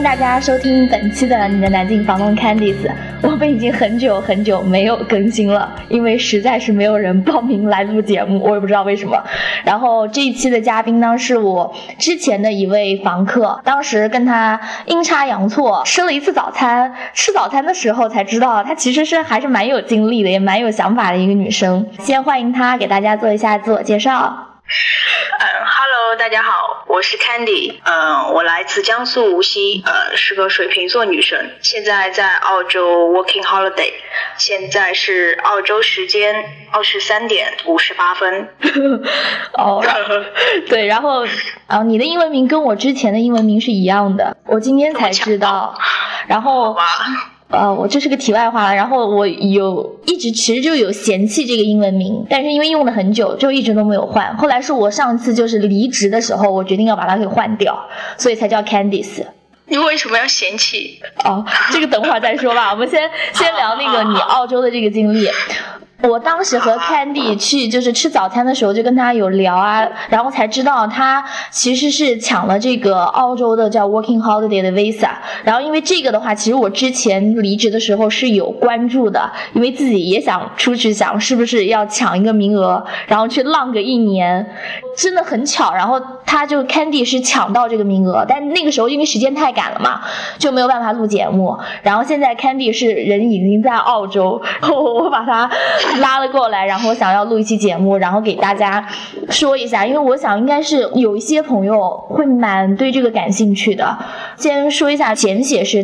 大家收听本期的你的南京房东 Candice。 我们已经很久没有更新了，因为实在是没有人报名来录节目，我也不知道为什么。然后这一期的嘉宾呢，是我之前的一位房客，当时跟他阴差阳错吃了一次早餐，吃早餐的时候才知道她其实还是蛮有经历的，也蛮有想法的一个女生。先欢迎她给大家做一下自我介绍。 Hello， 大家好，我是 Candy， 我来自江苏无锡，是个水瓶座女生，现在在澳洲 working holiday， 现在是澳洲时间23点58分。 哦，对，然后你的英文名跟我之前的英文名是一样的，我今天才知道。然后我这是个题外话了，然后我一直其实就有嫌弃这个英文名，但是因为用了很久就一直都没有换，后来是我上次就是离职的时候我决定要把它给换掉，所以才叫 Candice。 你为什么要嫌弃？ 这个等会儿再说吧，我们先聊那个你澳洲的这个经历。我当时和 Candy 去就是吃早餐的时候就跟他有聊啊，然后才知道他其实是抢了这个澳洲的叫 Working Holiday 的 Visa。 然后因为这个的话其实我之前离职的时候是有关注的，因为自己也想出去，想是不是要抢一个名额然后去浪个1年，真的很巧，然后他就 Candy 是抢到这个名额，但那个时候因为时间太赶了嘛就没有办法录节目。然后现在 Candy 是人已经在澳洲，我把他拉了过来，然后想要录一期节目，然后给大家说一下，因为我想应该是有一些朋友会蛮对这个感兴趣的。先说一下简写是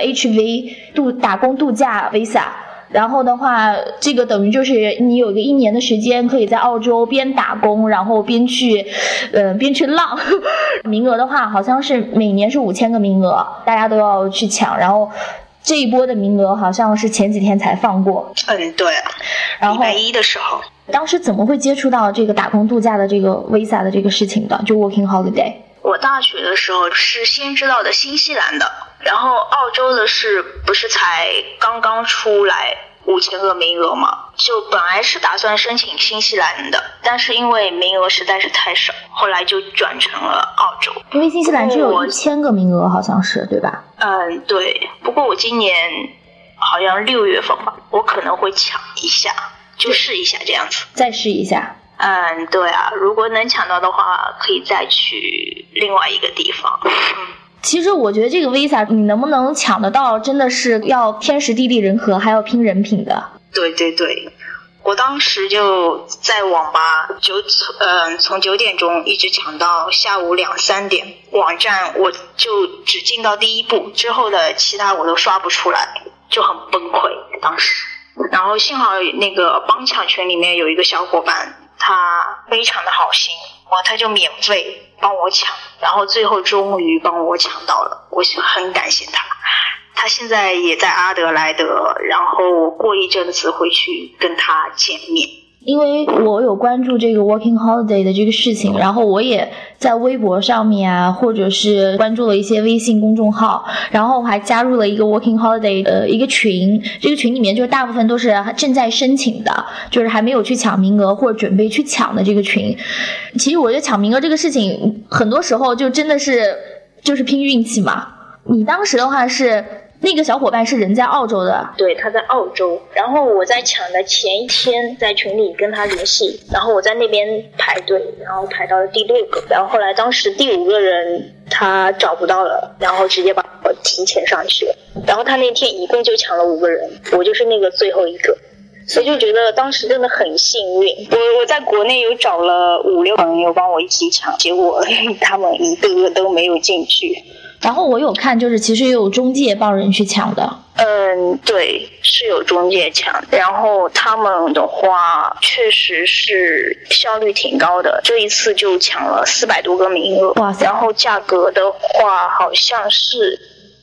WHV 打工度假 Visa， 然后的话这个等于就是你有一个1年的时间可以在澳洲边打工然后边去浪。名额的话好像是每年是5000个名额，大家都要去抢，然后这一波的名额好像是前几天才放过。 对啊，然后礼拜1的时候。 当时怎么会接触到这个打工度假的这个 Visa 的这个事情的，就 Working Holiday？ 我大学的时候是先知道的新西兰的，然后澳洲的不是才刚刚出来5000个名额嘛，就本来是打算申请新西兰的，但是因为名额实在是太少，后来就转成了澳洲。 因为新西兰只有1000个名额好像是，对吧？ 对，不过我今年好像6月份吧，我可能会抢一下，就试一下这样子。 再试一下。 对啊，如果能抢到的话可以再去另外一个地方。 其实我觉得这个 Visa 你能不能抢得到真的是要天时地利人和，还要拼人品的。 对，我当时就在网吧从9点钟一直抢到下午2、3点，网站我就只进到第1步，之后的其他我都刷不出来，就很崩溃当时。然后幸好那个帮抢群里面有一个小伙伴，他非常的好心，他就免费帮我抢，然后最后终于帮我抢到了，我很感谢他。他现在也在阿德莱德，然后过一阵子会去跟他见面。 因为我有关注这个 Working Holiday 的这个事情，然后我也在微博上面啊，或者是关注了一些微信公众号，然后还加入了一个 Working Holiday 的一个群，这个群里面就是大部分都是正在申请的，就是还没有去抢名额或者准备去抢的这个群。其实我觉得抢名额这个事情很多时候就真的是就是拼运气嘛。你当时的话是那个小伙伴是人在澳洲的？ 对，他在澳洲，然后我在抢的前一天在群里跟他联系，然后我在那边排队，然后排到了第6个，然后后来当时第5个人他找不到了，然后直接把我提前上去了，然后他那天一共就抢了5个人，我就是那个最后一个，所以就觉得当时真的很幸运。我在国内有找了5、6朋友帮我一起抢，结果他们一个都没有进去。 然后我有看就是其实也有中介帮人去抢的。 对，是有中介抢，然后他们的话确实是效率挺高的，这一次就抢了400多个名额。 哇塞！ 然后价格的话好像是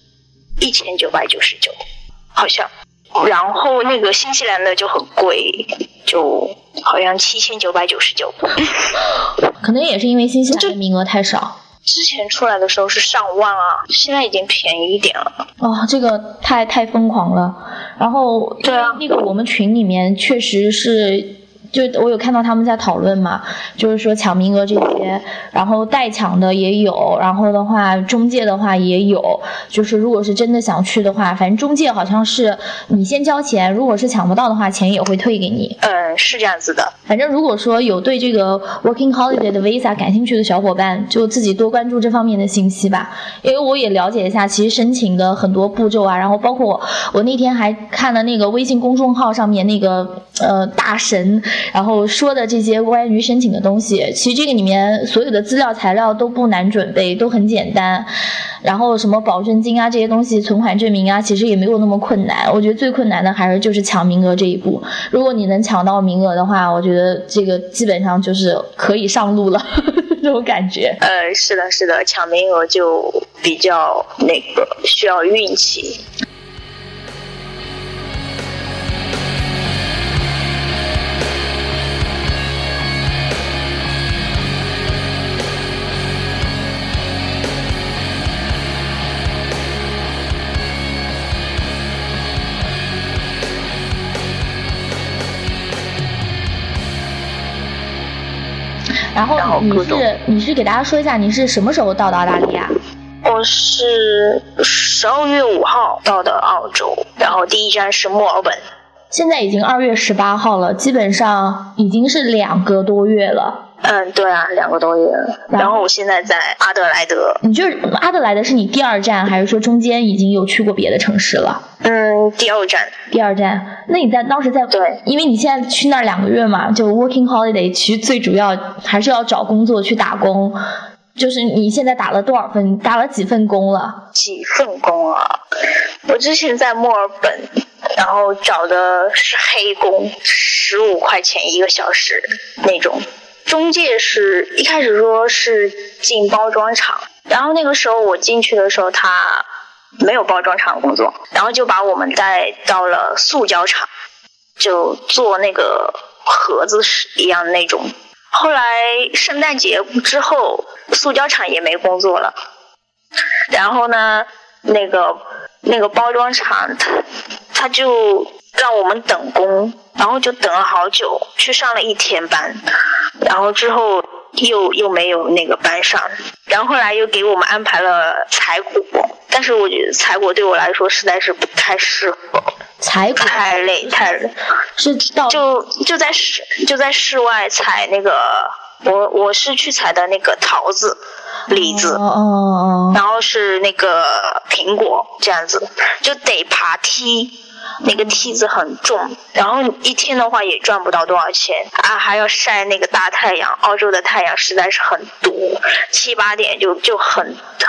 1999，好像。然后那个新西兰的就很贵，就好像7999。 可能也是因为新西兰的名额太少。 之前出来的时候是上万啊，现在已经便宜一点了。 这个太疯狂了。然后对啊， 那个我们群里面确实是就我有看到他们在讨论嘛，就是说抢名额这些，然后代抢的也有，然后的话中介的话也有，就是如果是真的想去的话，反正中介好像是你先交钱，如果是抢不到的话，钱也会退给你。 是这样子的。 反正如果说有对这个 Working Holiday 的 Visa 感兴趣的小伙伴，就自己多关注这方面的信息吧。因为我也了解一下，其实申请的很多步骤啊，然后包括我那天还看了那个微信公众号上面那个大神，然后说的这些关于申请的东西，其实这个里面所有的资料材料都不难准备，都很简单。然后什么保证金啊这些东西，存款证明啊，其实也没有那么困难。我觉得最困难的还是就是抢名额这一步。如果你能抢到名额的话，我觉得这个基本上就是可以上路了这种感觉。 是的，抢名额就比较那个需要运气。 然后你是给大家说一下你是什么时候到的澳大利亚？ 我是12月5号到的澳洲，然后第一站是墨尔本。 现在已经2月18号了，基本上已经是2个多月了。 对啊，2个多月了。然后我现在在阿德莱德。 你就是阿德莱德是你第2站，还是说中间已经有去过别的城市了？ 第2站。 第2站。那你当时在对， 因为你现在去那儿2个月嘛，就 working holiday， 其实最主要还是要找工作去打工。就是你现在打了多少份？打了几份工了？ 几份工啊？我之前在墨尔本，然后找的是黑工，15块钱1个小时那种。中介是一开始说是进包装厂，然后那个时候我进去的时候他没有包装厂工作，然后就把我们带到了塑胶厂，就做那个盒子一样的那种。后来圣诞节之后塑胶厂也没工作了，然后呢那个包装厂他就让我们等工，然后就等了好久，去上了1天班，然后之后又没有那个班上，然后后来又给我们安排了采果，但是我觉得采果对我来说实在是不太适合， 采果太累， 是到就在室外采那个，我是去采的那个桃子、李子，然后是那个苹果，这样子就得爬梯。那个梯子很重，然后1天的话也赚不到多少钱啊，还要晒那个大太阳，澳洲的太阳实在是很毒，7、8点就很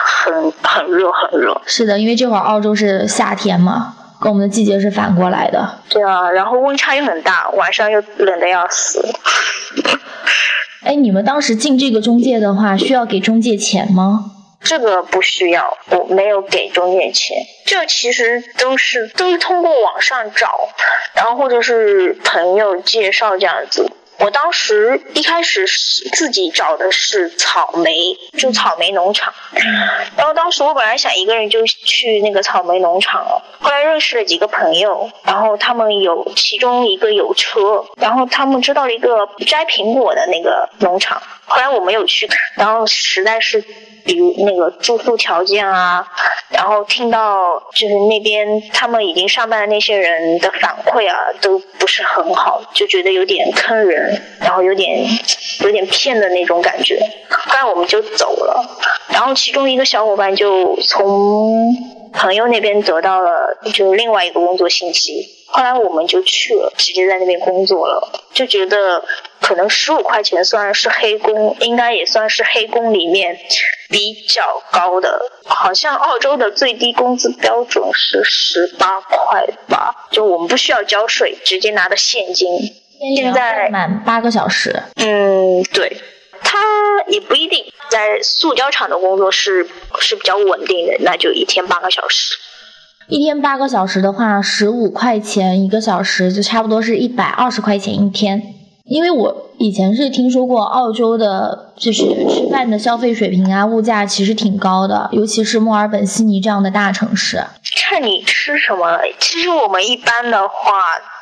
热。 是的，因为这会儿澳洲是夏天嘛，跟我们的季节是反过来的。 对啊，然后温差又很大，晚上又冷得要死。 哎，你们当时进这个中介的话，需要给中介钱吗？ 这个不需要，我没有给中介钱，这其实都是通过网上找，然后或者是朋友介绍这样子。我当时一开始是自己找的是草莓，就草莓农场，然后当时我本来想一个人就去那个草莓农场了，后来认识了几个朋友，然后他们其中一个有车，然后他们知道了一个摘苹果的那个农场，后来我没有去，然后实在是比如那个住宿条件啊，然后听到就是那边他们已经上班的那些人的反馈啊都不是很好，就觉得有点坑人，然后有点骗的那种感觉，后来我们就走了，然后其中一个小伙伴就从朋友那边得到了就是另外一个工作信息，后来我们就去了，直接在那边工作了，就觉得可能15块钱虽然是黑工，应该也算是黑工里面比较高的，好像澳洲的最低工资标准是18块吧，就我们不需要交税，直接拿的现金。现在满8个小时。 对，他也不一定，在塑胶厂的工作是比较稳定的，那就1天8个小时。 1天8个小时的话，15块钱1个小时，就差不多是120块钱1天。因为我以前是听说过澳洲的就是吃饭的消费水平啊，物价其实挺高的，尤其是墨尔本、悉尼这样的大城市。 看你吃什么了。其实我们一般的话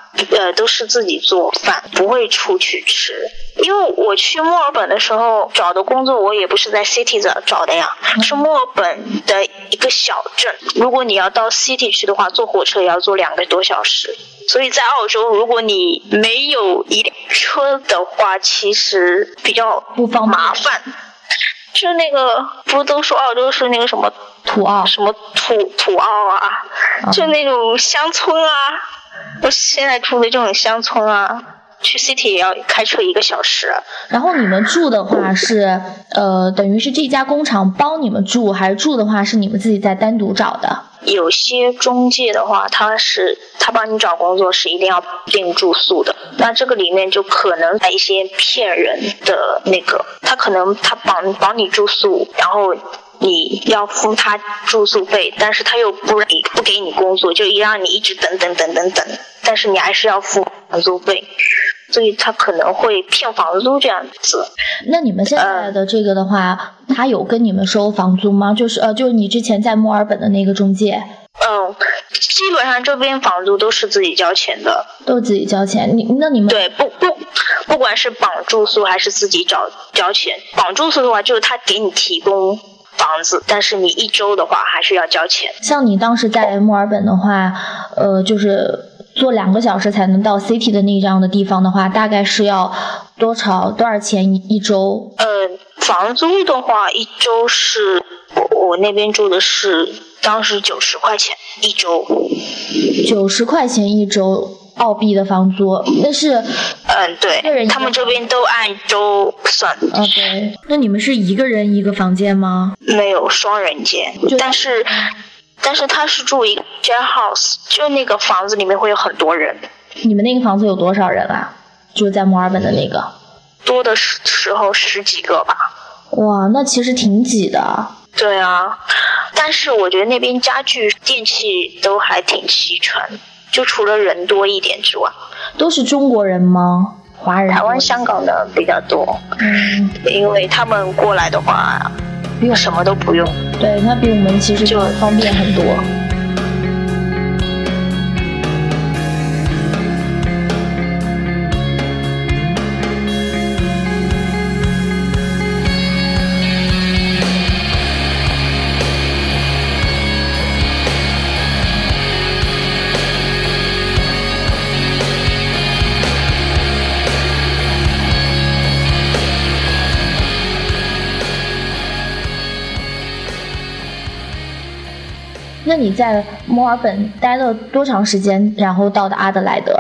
都是自己做饭，不会出去吃。因为我去墨尔本的时候找的工作，我也不是在 City 找的呀，是墨尔本的一个小镇。如果你要到 City 去的话，坐火车也要坐2个多小时。所以在澳洲，如果你没有一辆车的话，其实比较不方便麻烦。就那个不都说澳洲是那个什么土澳， 什么土澳啊，就那种乡村啊。我现在住的这种乡村啊，去 City 也要开车1个小时。 然后你们住的话是等于是这家工厂帮你们住，还是住的话是你们自己再单独找的？ 有些中介的话，他帮你找工作是一定要订住宿的，那这个里面就可能一些骗人的那个，他可能帮你住宿，然后你要付他住宿费，但是他又不给你工作，就让你一直等，但是你还是要付房租费，所以他可能会骗房租这样子。 那你们现在的这个的话，他有跟你们收房租吗？就是你之前在墨尔本的那个中介。 基本上这边房租都是自己交钱的， 都自己交钱。那你们对不管是绑住宿还是自己交钱。绑住宿的话，就是他给你提供房子，但是你1周的话还是要交钱。 像你当时在墨尔本的话，就是坐2个小时才能到 City 的那样的地方的话，大概是要多少钱1周？ 房租的话1周是我那边住的是当时90块钱1周。 90块钱1周澳币的房租，那是对，他们这边都按周算。 对。那你们是1个人1个房间吗？ 没有，双人间，但是他是住一个 share house， 就那个房子里面会有很多人。 你们那个房子有多少人啊？就是在墨尔本的那个？ 多的时候10几个吧。 哇，那其实挺挤的。 对啊，但是我觉得那边家具电器都还挺齐全，就除了人多一点之外。 都是中国人吗？华人？ 台湾香港的比较多。因为他们过来的话什么都不用。 对，那比我们其实就方便很多。那你在墨尔本待了多长时间，然后到的阿德莱德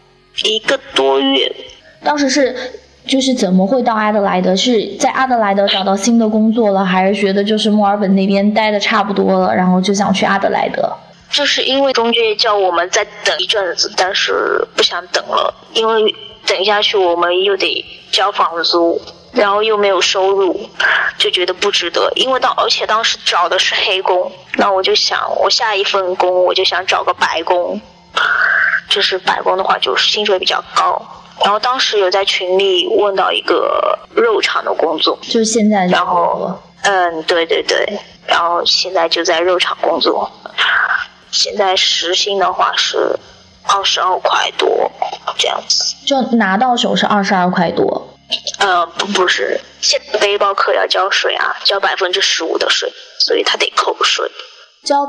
？1个多月。 当时就是怎么会到阿德莱德？是在阿德莱德找到新的工作了，还是觉得就是墨尔本那边待的差不多了，然后就想去阿德莱德？ 就是因为中介叫我们再等一阵子，但是不想等了，因为等下去我们又得交房租，然后又没有收入，就觉得不值得。因为而且当时找的是黑工，那我就想我下一份工我就想找个白工，就是白工的话就是薪水比较高。然后当时有在群里问到一个肉厂的工作， 就是现在， 然后对，然后现在就在肉厂工作。现在时薪的话是22块多这样子， 就拿到手是22块多。 不是，现在背包客要交税啊，交15%的税，所以他得扣税。 交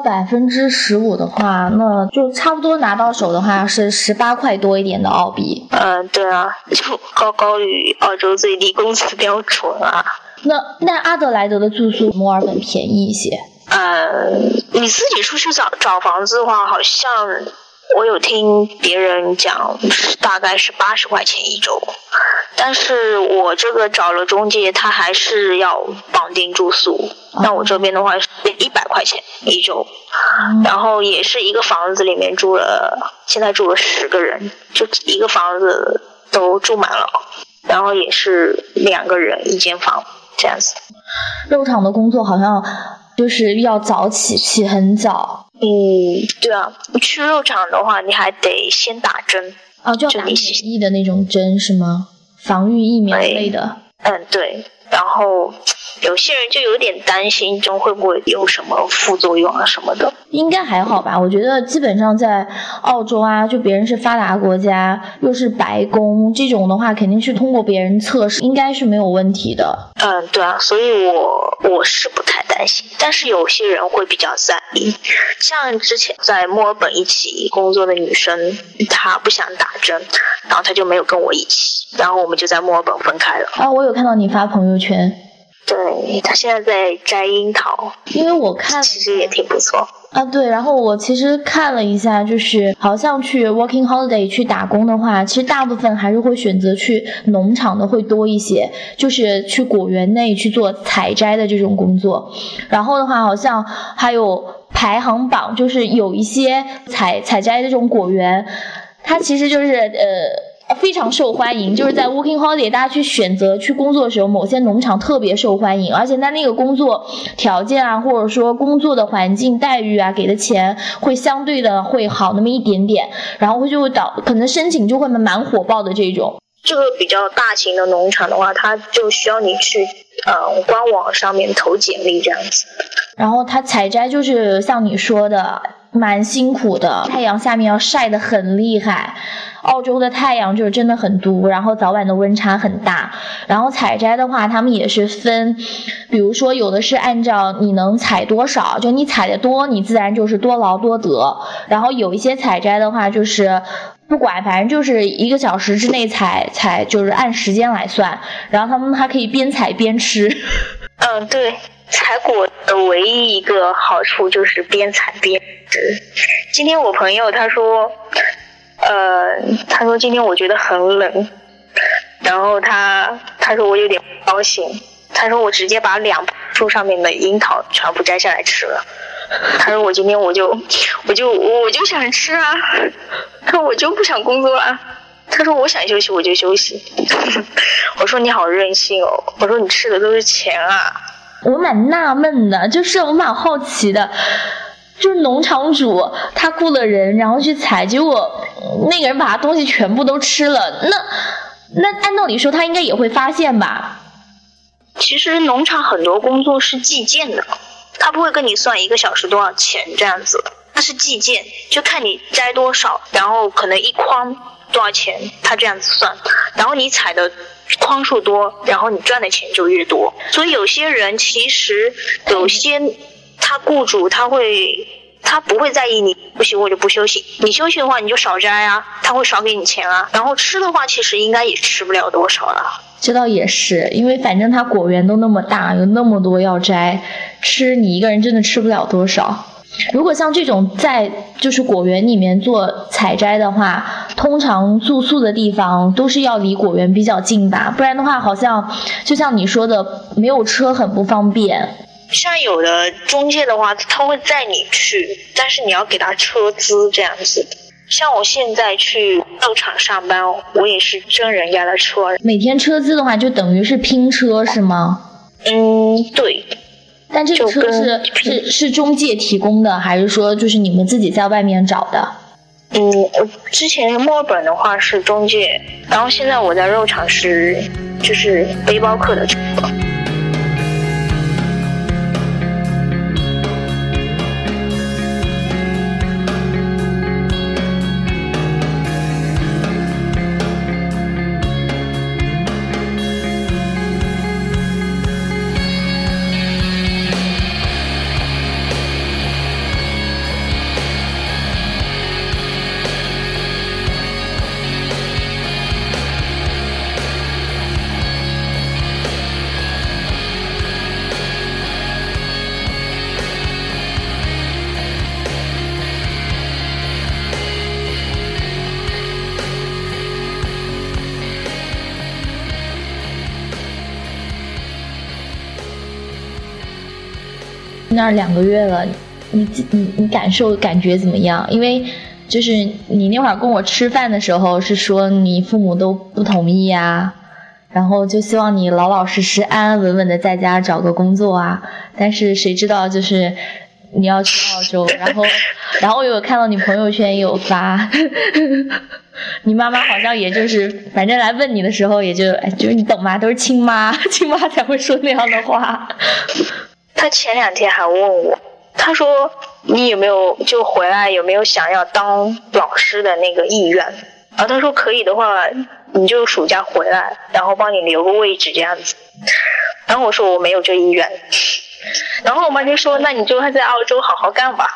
15%的话，那就差不多拿到手的话是18块多一点的澳币。 对啊，就高于澳洲最低工资标准啊。 那阿德莱德的住宿墨尔本便宜一些。 你自己出去找房子的话，好像我有听别人讲，大概是80块钱1周，但是我这个找了中介，他还是要绑定住宿。那我这边的话是100块钱1周，然后也是一个房子里面现在住了10个人，就一个房子都住满了，然后也是2个人1间房这样子。 肉厂的工作好像就是要早起很早。 对啊，去肉厂的话，你还得先打针。 就打免疫的那种针是吗？防御疫苗类的。 对， 然后有些人就有点担心中会不会有什么副作用啊什么的。 应该还好吧，我觉得基本上在澳洲啊，就别人是发达国家，又是白宫这种的话，肯定是通过别人测试，应该是没有问题的。 对啊，所以我是不太担心，但是有些人会比较在意，像之前在墨尔本一起工作的女生，她不想打针，然后她就没有跟我一起，然后我们就在墨尔本分开了。 啊，我有看到你发朋友圈。 对，她现在在摘樱桃， 因为我看其实也挺不错啊。对，然后我其实看了一下，就是好像去 working holiday 去打工的话，其实大部分还是会选择去农场的会多一些，就是去果园内去做采摘的这种工作。然后的话，好像还有排行榜，就是有一些采摘的这种果园，它其实就是非常受欢迎，就是在 working holiday 大家去选择去工作的时候，某些农场特别受欢迎，而且在那个工作条件啊，或者说工作的环境待遇啊，给的钱会相对的会好那么一点点，然后就会可能申请就会蛮火爆的这种。 这个比较大型的农场的话，它就需要你去官网上面投简历这样子。 然后它采摘就是像你说的蛮辛苦的，太阳下面要晒得很厉害，澳洲的太阳就是真的很毒，然后早晚的温差很大。然后采摘的话他们也是分，比如说有的是按照你能采多少，就你采的多你自然就是多劳多得，然后有一些采摘的话就是不管，反正就是1个小时之内采，就是按时间来算，然后他们还可以边采边吃。 对，采果的唯一一个好处就是边采边吃。今天我朋友他说今天我觉得很冷，然后他说我有点不高兴，他说我直接把2树上面的樱桃全部摘下来吃了。他说我今天我就想吃啊，他说我就不想工作啊，他说我想休息我就休息。我说你好任性哦，我说你吃的都是钱啊。 我蛮纳闷的，就是我蛮好奇的，就是农场主他雇了人然后去采，结果那个人把他东西全部都吃了，那按道理说他应该也会发现吧。 其实农场很多工作是计件的，他不会跟你算1个小时多少钱这样子，他是计件，就看你摘多少，然后可能1筐多少钱，他这样子算，然后你采的筐数多，然后你赚的钱就越多。所以有些人其实有些他雇主他不会在意你不行我就不休息，你休息的话你就少摘啊，他会少给你钱啊。然后吃的话其实应该也吃不了多少了。 这倒也是，因为反正他果园都那么大，有那么多要摘，吃你一个人真的吃不了多少。如果像这种在就是果园里面做采摘的话，通常住宿的地方都是要离果园比较近吧，不然的话好像就像你说的没有车很不方便。 像有的中介的话他会载你去，但是你要给他车资这样子。像我现在去肉场上班，我也是征人家的车。 每天车资的话就等于是拼车是吗？ 对。 但这个车是中介提供的，还是说就是你们自己在外面找的？ 我之前墨尔本的话是中介，然后现在我在肉场就是背包客的车。 那2个月了，你感觉怎么样？因为就是你那会儿跟我吃饭的时候是说你父母都不同意啊，然后就希望你老老实实安安稳稳的在家找个工作啊，但是谁知道就是你要去澳洲，然后我有看到你朋友圈也有发，你妈妈好像也就是反正来问你的时候也就是你懂吗？都是亲妈才会说那样的话。 他前2天还问我，他说你有没有就回来有没有想要当老师的那个意愿？然后他说可以的话，你就暑假回来，然后帮你留个位置这样子。然后我说我没有这意愿。然后我妈就说那你就在澳洲好好干吧。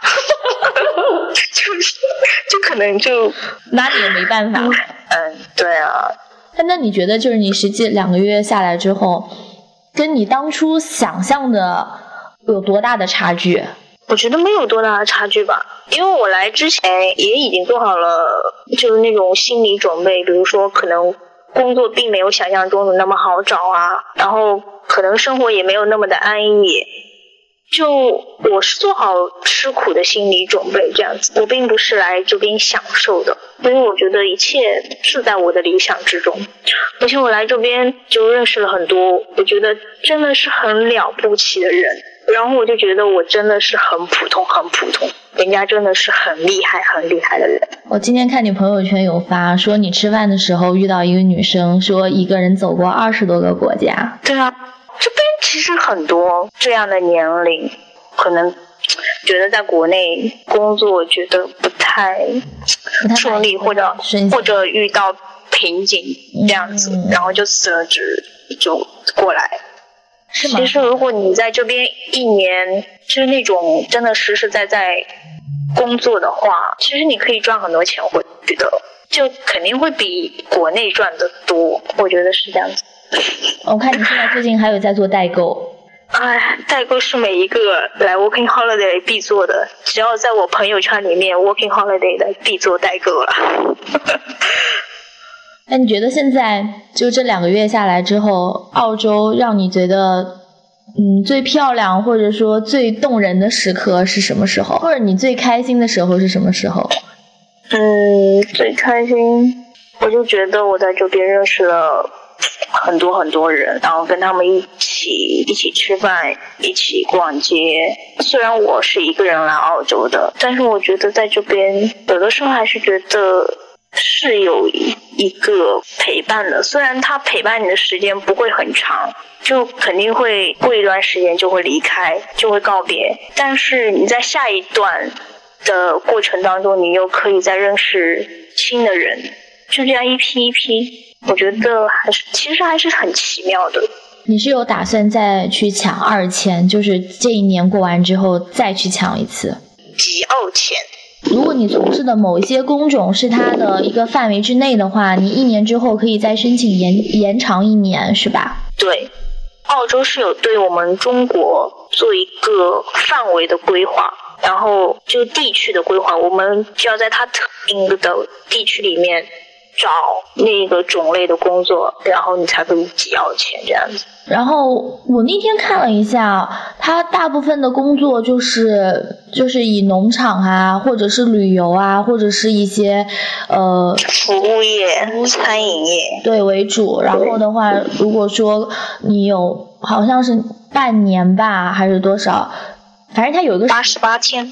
就可能就那你也没办法。 对啊。 那你觉得就是你实际2个月下来之后，跟你当初想象的有多大的差距？ 我觉得没有多大的差距吧，因为我来之前也已经做好了就是那种心理准备，比如说可能工作并没有想象中的那么好找啊，然后可能生活也没有那么的安逸，就我是做好吃苦的心理准备这样子，我并不是来这边享受的，因为我觉得一切是在我的理想之中，而且我来这边就认识了很多我觉得真的是很了不起的人，然后我就觉得我真的是很普通，人家真的是很厉害的人。 我今天看你朋友圈有发说你吃饭的时候遇到一个女生，说一个人走过20多个国家。 对啊，这边其实很多这样的年龄，可能觉得在国内工作觉得不太顺利，或者遇到瓶颈这样子，然后就辞了职就过来。 是吗？ 其实如果你在这边1年就是那种真的实实在在工作的话，其实你可以赚很多钱，我觉得就肯定会比国内赚得多，我觉得是这样子。 我看你现在最近还有在做代购。 代购是每一个来 Working Holiday 必做的，只要在我朋友圈里面 Working Holiday 的必做代购了。 那你觉得现在就这2个月下来之后，澳洲让你觉得最漂亮或者说最动人的时刻是什么时候？或者你最开心的时候是什么时候？ 最开心我就觉得我在这边认识了很多人，然后跟他们一起吃饭，一起逛街。虽然我是一个人来澳洲的，但是我觉得在这边有的时候还是觉得是有一个陪伴的，虽然他陪伴你的时间不会很长，就肯定会过一段时间就会离开，就会告别，但是你在下一段的过程当中，你又可以再认识新的人，就这样一批一批，我觉得其实还是很奇妙的。 你是有打算再去抢2签，就是这1年过完之后再去抢一次？ 极澳签。 如果你从事的某一些工种是它的一个范围之内的话，你1年之后可以再申请延长1年，是吧？ 对，澳洲是有对我们中国做一个范围的规划，然后就地区的规划，我们就要在它特定的地区里面找那个种类的工作，然后你才可以极澳签这样子。 然后我那天看了一下，他大部分的工作就是以农场啊，或者是旅游啊，或者是一些服务业、餐饮业对为主。然后的话，如果说你有好像是半年吧，还是多少，反正他有一个 88天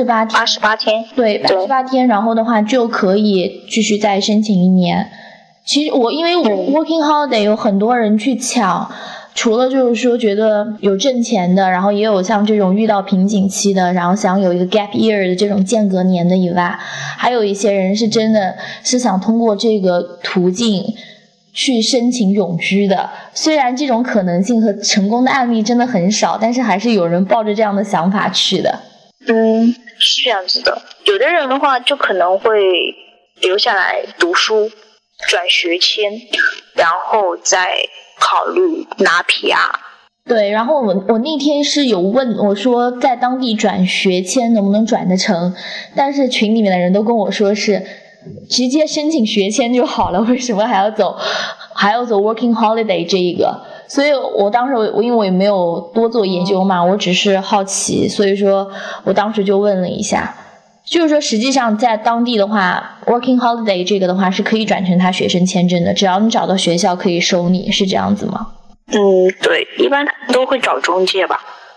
，88天， 对，88天，然后的话就可以继续再申请1年。其实因为 Working Holiday 有很多人去抢，除了就是说觉得有挣钱的，然后也有像这种遇到瓶颈期的，然后想有一个 gap year 的这种间隔年的以外，还有一些人是真的是想通过这个途径去申请永居的。虽然这种可能性和成功的案例真的很少，但是还是有人抱着这样的想法去的。 是这样子的。有的人的话就可能会留下来读书转学签，然后再考虑拿 PR。 对，然后我那天是有问我说在当地转学签能不能转得成，但是群里面的人都跟我说是直接申请学签就好了，为什么还要走 Working Holiday 这一个？所以我当时因为我也没有多做研究嘛，我只是好奇，所以说我当时就问了一下，就是说实际上在当地的话 Working Holiday 这个的话是可以转成他学生签证的，只要你找到学校可以收你，是这样子吗？ 对，一般都会找中介吧。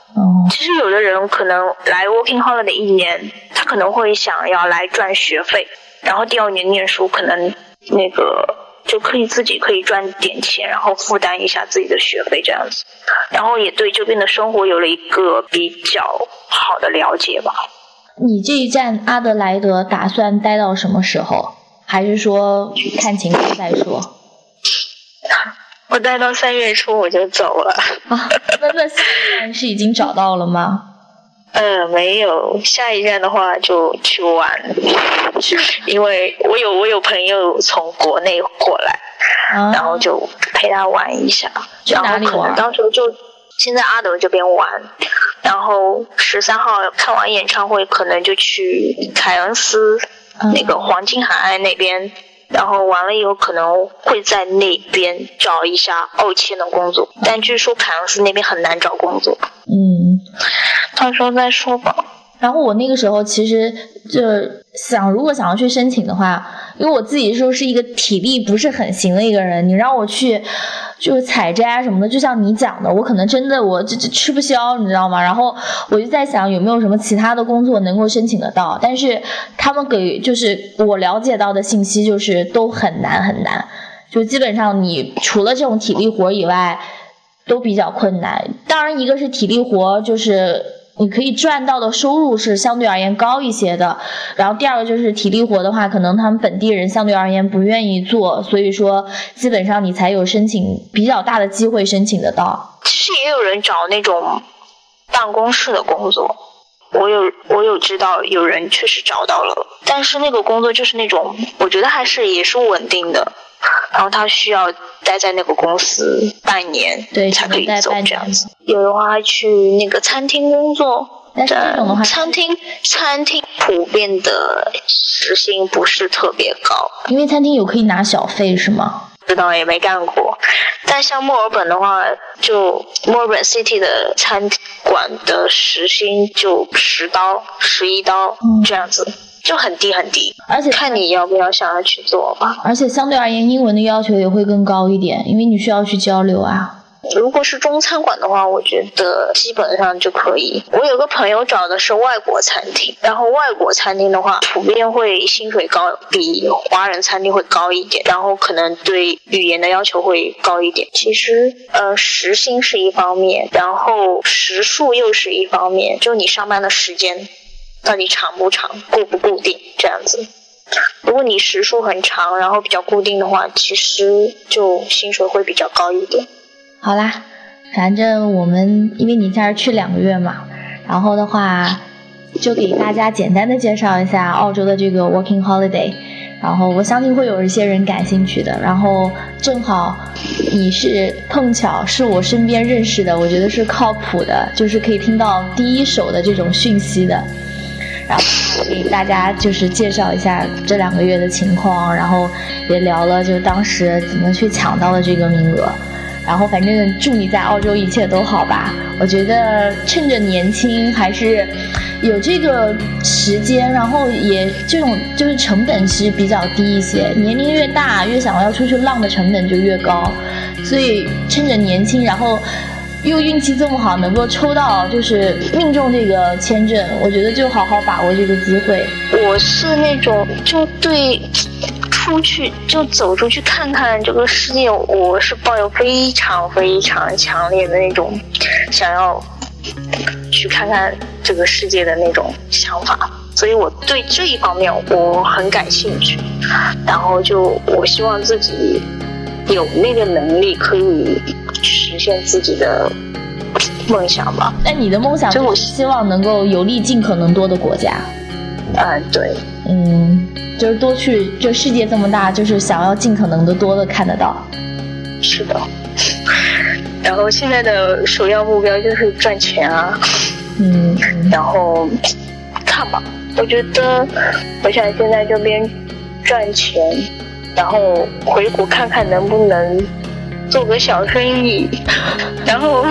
其实有的人可能来 working holiday 1年，他可能会想要来赚学费，然后第2年念书可能那个就自己可以赚点钱，然后负担一下自己的学费这样子，然后也对这边的生活有了一个比较好的了解吧。 你这一站阿德莱德打算待到什么时候？还是说看情况再说？ 我待到3月初我就走了。 那下一站是已经找到了吗？ 没有，下一站的话就去玩，因为我有朋友从国内过来，然后就陪他玩一下。 去哪里玩？ 然后可能到时候就先在阿德这边玩，然后13号看完演唱会，可能就去凯恩斯那个黄金海岸那边。然后完了以后可能会在那边找一下奥签的工作，但据说凯恩斯那边很难找工作。到时候再说吧。 然后我那个时候其实就如果想要去申请的话，因为我自己说是一个体力不是很行的一个人，你让我去就是采摘什么的，就像你讲的，我可能真的我这吃不消，你知道吗？然后我就在想有没有什么其他的工作能够申请得到，但是他们给就是我了解到的信息就是都很难很难，就基本上你除了这种体力活以外都比较困难。当然一个是体力活，就是你可以赚到的收入是相对而言高一些的，然后第二个就是体力活的话，可能他们本地人相对而言不愿意做，所以说基本上你才有申请比较大的机会申请得到。 其实也有人找那种办公室的工作，我有知道有人确实找到了，但是那个工作就是那种我觉得也是稳定的，然后他需要待在那个公司半年， 对， 才可以走这样子。有的话去那个餐厅工作， 但是这种的话， 餐厅普遍的时薪不是特别高， 因为餐厅有可以拿小费是吗？ 不知道，也没干过。但像墨尔本的话，就墨尔本 City 的餐馆的时薪就10刀、11刀这样子。就很低很低， 而且看你要不要想要去做吧。 而且相对而言，英文的要求也会更高一点，因为你需要去交流啊。 如果是中餐馆的话，我觉得基本上就可以。我有个朋友找的是外国餐厅，然后外国餐厅的话，普遍会薪水高，比华人餐厅会高一点，然后可能对语言的要求会高一点。其实时薪是一方面，然后时数又是一方面，就你上班的时间到底长不长，固不固定这样子。如果你时数很长，然后比较固定的话，其实就薪水会比较高一点。 好啦，反正我们因为你现在去2个月嘛，然后的话就给大家简单的介绍一下澳洲的这个 working holiday， 然后我相信会有一些人感兴趣的，然后正好你是碰巧是我身边认识的，我觉得是靠谱的，就是可以听到第一手的这种讯息的，然后给大家就是介绍一下这2个月的情况，然后也聊了就当时怎么去抢到的这个名额。然后反正祝你在澳洲一切都好吧，我觉得趁着年轻还是有这个时间，然后也这种就是成本其实比较低一些，年龄越大越想要出去浪的成本就越高，所以趁着年轻，然后又运气这么好能够抽到就是命中这个签证，我觉得就好好把握这个机会。 我是那种就对出去就走出去看看这个世界，我是抱有非常非常强烈的那种想要去看看这个世界的那种想法，所以我对这一方面我很感兴趣，然后就我希望自己有那个能力可以实现自己的梦想吧。 那你的梦想就是希望能够游历尽可能多的国家。 对， 就是多去，就世界这么大，就是想要尽可能的多的看得到。 是的。然后现在的首要目标就是赚钱啊。然后看吧，我觉得我想现在这边赚钱，然后回国看看能不能做个小生意，然后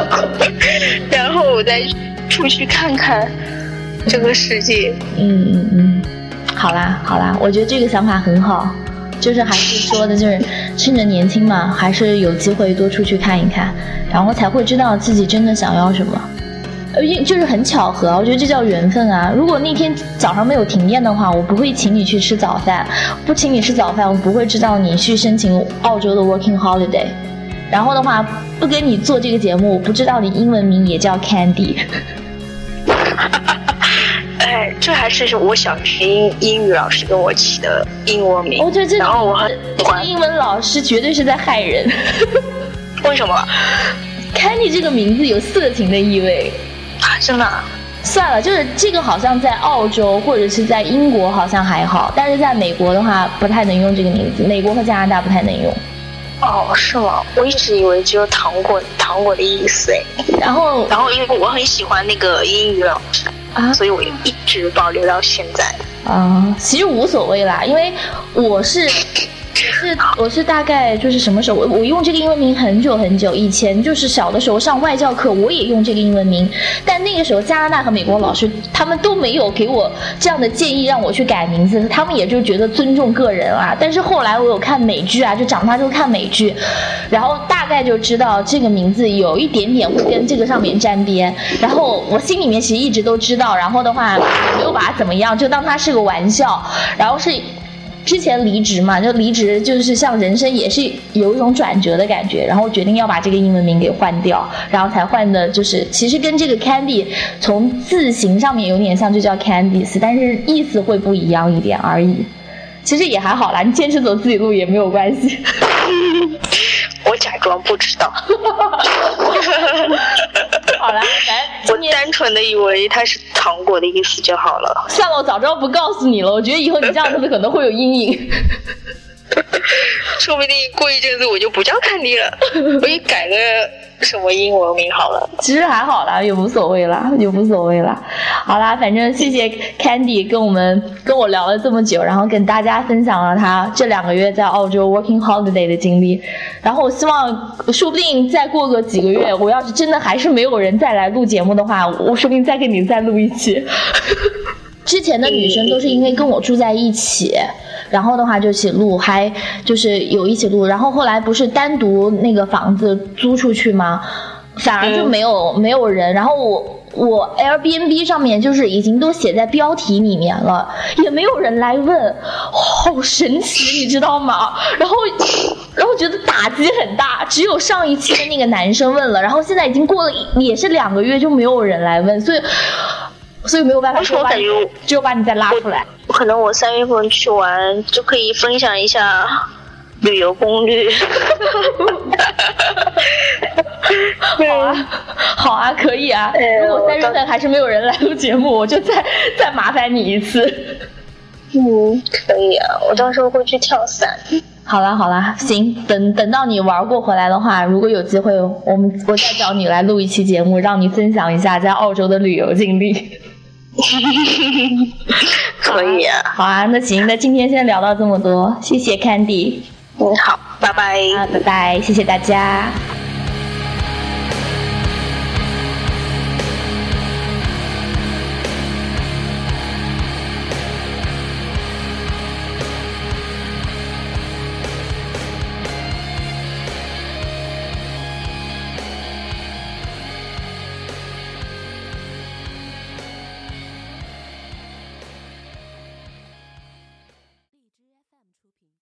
我再出去看看这个世界。 好啦，我觉得这个想法很好，就是还是说的就是趁着年轻嘛，还是有机会多出去看一看，然后才会知道自己真的想要什么。 就是很巧合，我觉得这叫缘分啊。如果那天早上没有停电的话，我不会请你去吃早饭，不请你吃早饭，我不会知道你去申请澳洲的 Working Holiday。然后的话，不跟你做这个节目，我不知道你英文名也叫 Candy。 哎，这还是我小学英语老师跟我起的英文名。 我觉得这然后我很这个英文老师绝对是在害人。 为什么 ？Candy 这个名字有色情的意味。 真的？ 算了，就是这个好像在澳洲或者是在英国好像还好，但是在美国的话不太能用这个名字，美国和加拿大不太能用。 哦，是吗？我一直以为只有糖果的意思哎。然后因为我很喜欢那个英语老师啊，所以我一直保留到现在。 其实无所谓啦，因为我是大概就是什么时候我用这个英文名很久很久以前，就是小的时候上外教课我也用这个英文名，但那个时候加拿大和美国老师他们都没有给我这样的建议让我去改名字，他们也就觉得尊重个人啊。但是后来我有看美剧啊，就长大之后看美剧，然后大概就知道这个名字有一点点会跟这个上面沾边，然后我心里面其实一直都知道，然后的话没有把它怎么样，就当它是个玩笑。然后是之前离职嘛，就离职就是像人生也是有一种转折的感觉，然后决定要把这个英文名给换掉，然后才换的就是其实跟这个 Candy 从字形上面有点像，就叫 Candice， 但是意思会不一样一点而已。其实也还好啦，你坚持走自己路也没有关系。 我假装不知道。 好啦， 我单纯的以为它是糖果的意思就好了。 算了，我早知道不告诉你了，我觉得以后你这样子可能会有阴影。 说不定过一阵子我就不叫Candy了，我也改个什么英文名好了。 其实还好啦，也无所谓啦。好啦，反正谢谢 Candy 跟我聊了这么久，然后跟大家分享了他这2个月在澳洲 Working Holiday 的经历。然后我希望说不定再过个几个月，我要是真的还是没有人再来录节目的话，我说不定再跟你再录一期。之前的女生都是因为跟我住在一起，然后的话就一起录，还就是有一起录，然后后来不是单独那个房子租出去吗？反而就没有人，然后我 Airbnb 上面就是已经都写在标题里面了，也没有人来问，好神奇，你知道吗？然后觉得打击很大，只有上一期的那个男生问了，然后现在已经过了也是2个月就没有人来问，所以没有办法，只有把你再拉出来。 可能我3月份去玩就可以分享一下旅游攻略。 好啊，可以啊。如果3月份还是没有人来录节目，我就再麻烦你一次。 可以啊，我到时候会去跳伞。 好啦，行，等到你玩过回来的话，如果有机会，我再找你来录一期节目，让你分享一下在澳洲的旅游经历。 可以啊。 好啊，那行，那今天先聊到这么多，谢谢 Candy。 好，拜拜。 拜拜，谢谢大家。